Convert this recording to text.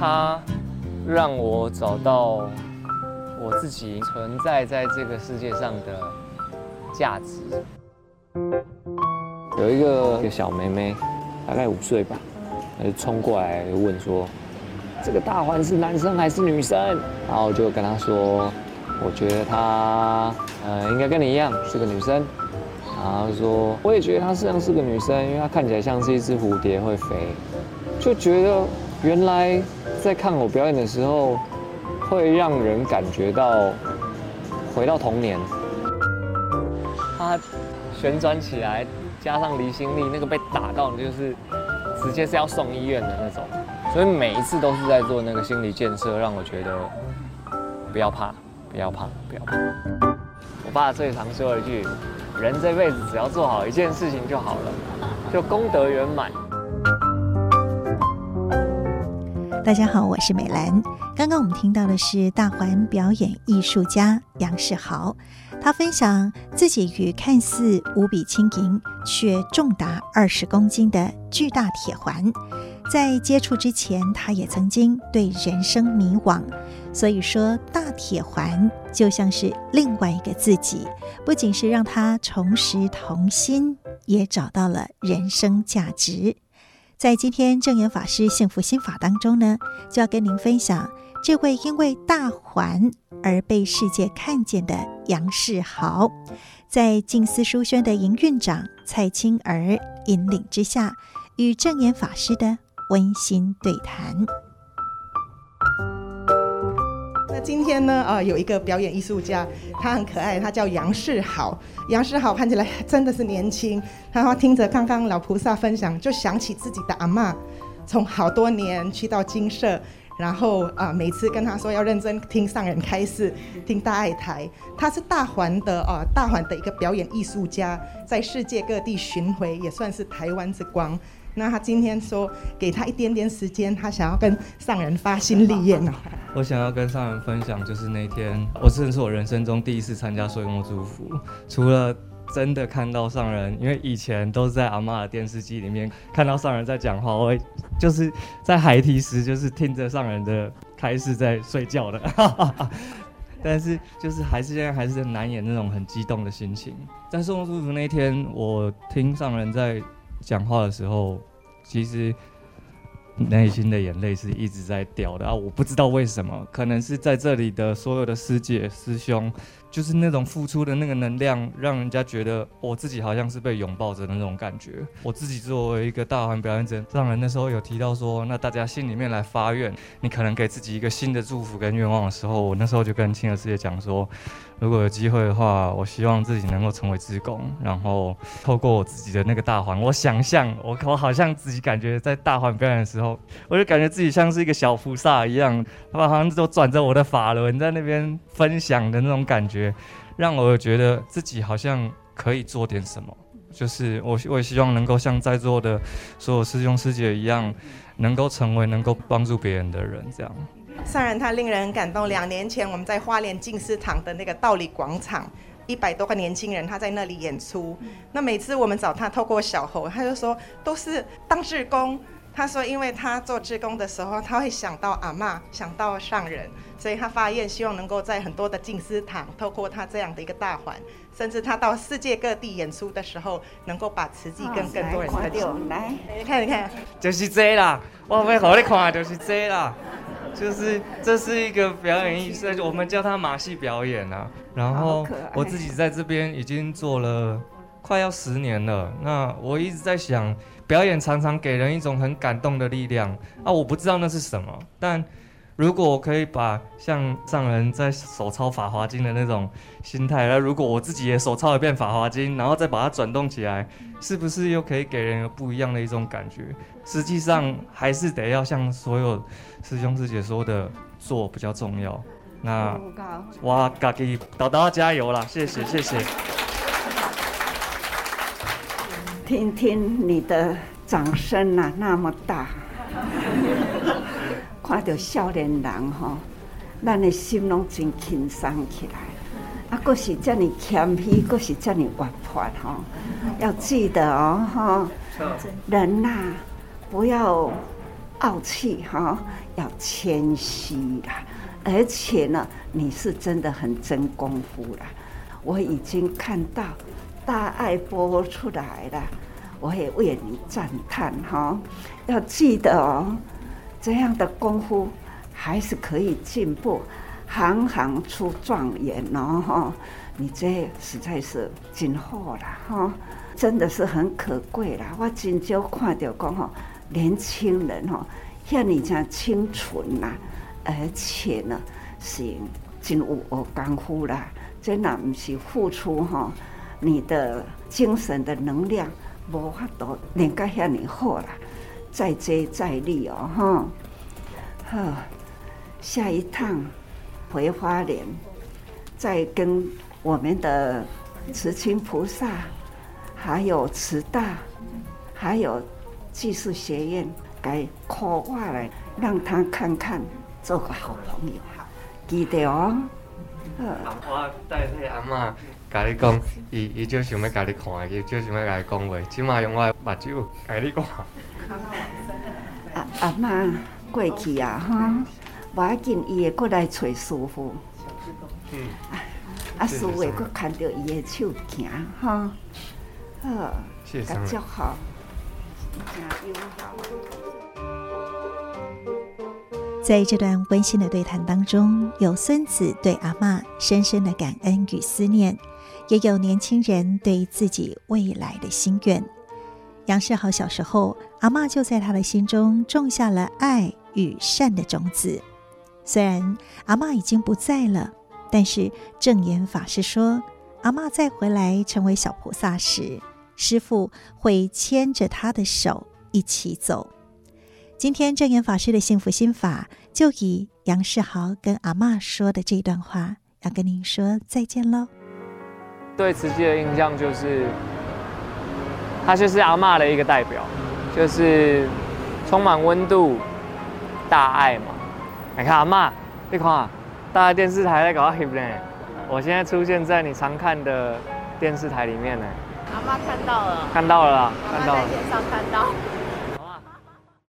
它让我找到我自己存在在这个世界上的价值。有一个小妹妹，大概5岁吧，她就冲过来问说：“这个大环是男生还是女生？”然后我就跟她说：“我觉得她应该跟你一样是个女生。”然后说：“我也觉得她像是个女生，因为她看起来像是一只蝴蝶会飞。”就觉得原来在看我表演的时候，会让人感觉到回到童年。它旋转起来，加上离心力，那个被打到你就是直接是要送医院的那种。所以每一次都是在做那个心理建设，让我觉得不要怕，不要怕，不要怕。我爸最常说一句：“人这辈子只要做好一件事情就好了，就功德圆满。” 大家好，我是美兰。刚刚我们听到的是大环表演艺术家杨世豪，他分享自己与看似无比轻盈却重达20公斤的巨大铁环。在接触之前，他也曾经对人生迷惘，所以说大铁环就像是另外一个自己，不仅是让他重拾童心，也找到了人生价值。在今天正言法师幸福心法当中呢，就要跟您分享这位因为大环而被世界看见的杨世豪，在静思书轩的营运长蔡清儿引领之下，与正言法师的温馨对谈。 那今天呢，有一个表演艺术家，他很可爱，他叫杨世豪。杨世豪看起来真的是年轻，他听着刚刚老菩萨分享，就想起自己的阿嬷，从好多年去到精舍，然后每次跟他说要认真听上人开示，听大爱台。他是大环的一个表演艺术家，在世界各地巡回，也算是台湾之光。那他今天说给他一点点时间，他想要跟上人发心立愿哦。 我想要跟上人分享，就是那天我真的是我人生中第一次参加岁末祝福，除了真的看到上人，因为以前都是在阿嬷的电视机里面看到上人在讲话，我就是在孩提时就是听着上人的开示在睡觉的，但是就是现在还是难掩那种很激动的心情。在岁末祝福那天，我听上人在讲话的时候，其实内心的眼泪是一直在掉的啊！我不知道为什么，可能是在这里的所有的师姐师兄，就是那种付出的那个能量，让人家觉得我自己好像是被拥抱着的那种感觉。我自己作为一个大环表演者，上人那时候有提到说，那大家心里面来发愿，你可能给自己一个新的祝福跟愿望的时候，我那时候就跟清儿师姐讲说，如果有机会的话，我希望自己能够成为志工，然后透过我自己的那个大环，我想象我好像自己感觉在大环表演的时候，我就感觉自己像是一个小菩萨一样，他们好像都转着我的法轮在那边分享的那种感觉，让我觉得自己好像可以做点什么。就是我也希望能够像在座的所有师兄师姐一样，能够成为能够帮助别人的人，这样。 上人他令人感动。2年前我们在花莲静思堂的那个道理广场，100多个年轻人他在那里演出。那每次我们找他，透过小侯，他就说都是当志工。他说因为他做志工的时候，他会想到阿嬷，想到上人，所以他发愿希望能够在很多的静思堂，透过他这样的一个大环，甚至他到世界各地演出的时候，能够把慈济跟更多人分享。来，你看， 就是这啦，我要给你看就是这啦。就是这是一个表演艺术，我们叫它马戏表演啊。然后我自己在这边已经做了快要10年了。那我一直在想，表演常常给人一种很感动的力量啊，我不知道那是什么，但如果我可以把像上人在手抄《法华经》的那种心态，那如果我自己也手抄一遍《法华经》，然后再把它转动起来，是不是又可以给人有不一样的一种感觉？实际上还是得要像所有师兄师姐说的，做比较重要。那我自己豆豆加油啦！谢谢。 听听你的掌声啊，那么大。看到少年人吼，咱的心拢真轻松起来。啊，佫是这么谦虚，佫是这么活泼吼。要记得哦，人呐，不要傲气哈，要谦虚啦，而且呢，你是真的很真功夫啦。我已经看到大爱播出来了，我也为你赞叹哈。要记得哦，这样的功夫还是可以进步，行行出状元哦哈。你这实在是真好啦哈，真的是很可贵啦。我真少看到讲吼，年轻人吼，遐尼真清纯啦，而且呢是真有学功夫啦。这若不是付出吼，你的精神的能量无法度练到遐尼好啦，再接再厉哦哈。好，下一趟回花莲，再跟我们的慈亲菩萨，还有慈大，还有技术学院，该 call 我来，让他看看，做个好朋友，记得哦。 我代替阿嬷甲你讲，伊就想要甲你看，伊就想要甲你讲话，即马用我的目睭甲你看。 阿嬷过去啊哈，无要紧，伊会过来找师傅。师傅会过看到伊的手行哈，好，感祝好，真友好。 在这段温馨的对谈当中，有孙子对阿嬷深深的感恩与思念，也有年轻人对自己未来的心愿。杨世豪小时候，阿嬷就在他的心中种下了爱与善的种子。虽然阿嬷已经不在了，但是正言法师说，阿嬷再回来成为小菩萨时，师父会牵着他的手一起走。今天正言法师的幸福心法，就以杨世豪跟阿嬷说的这段话，要跟您说再见喽。 对慈济的印象就是，他就是阿嬷的一个代表，就是充满温度、大爱嘛。你看阿嬷，你看，大爱电视台在搞翕呢，我现在出现在你常看的电视台里面呢。 阿嬷看到了， 看到了啦，看到了。 在天上看到。